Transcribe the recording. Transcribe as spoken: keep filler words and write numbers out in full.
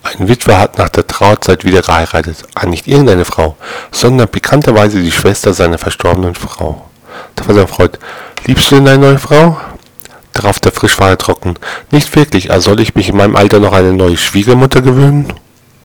Ein Witwer hat nach der Trauerzeit wieder geheiratet, ah, nicht irgendeine Frau, sondern pikanterweise die Schwester seiner verstorbenen Frau. Da war sein Freund: »Liebst du denn eine neue Frau?« Darauf der Frischfahrer trocken: »Nicht wirklich, also soll ich mich in meinem Alter noch an eine neue Schwiegermutter gewöhnen?«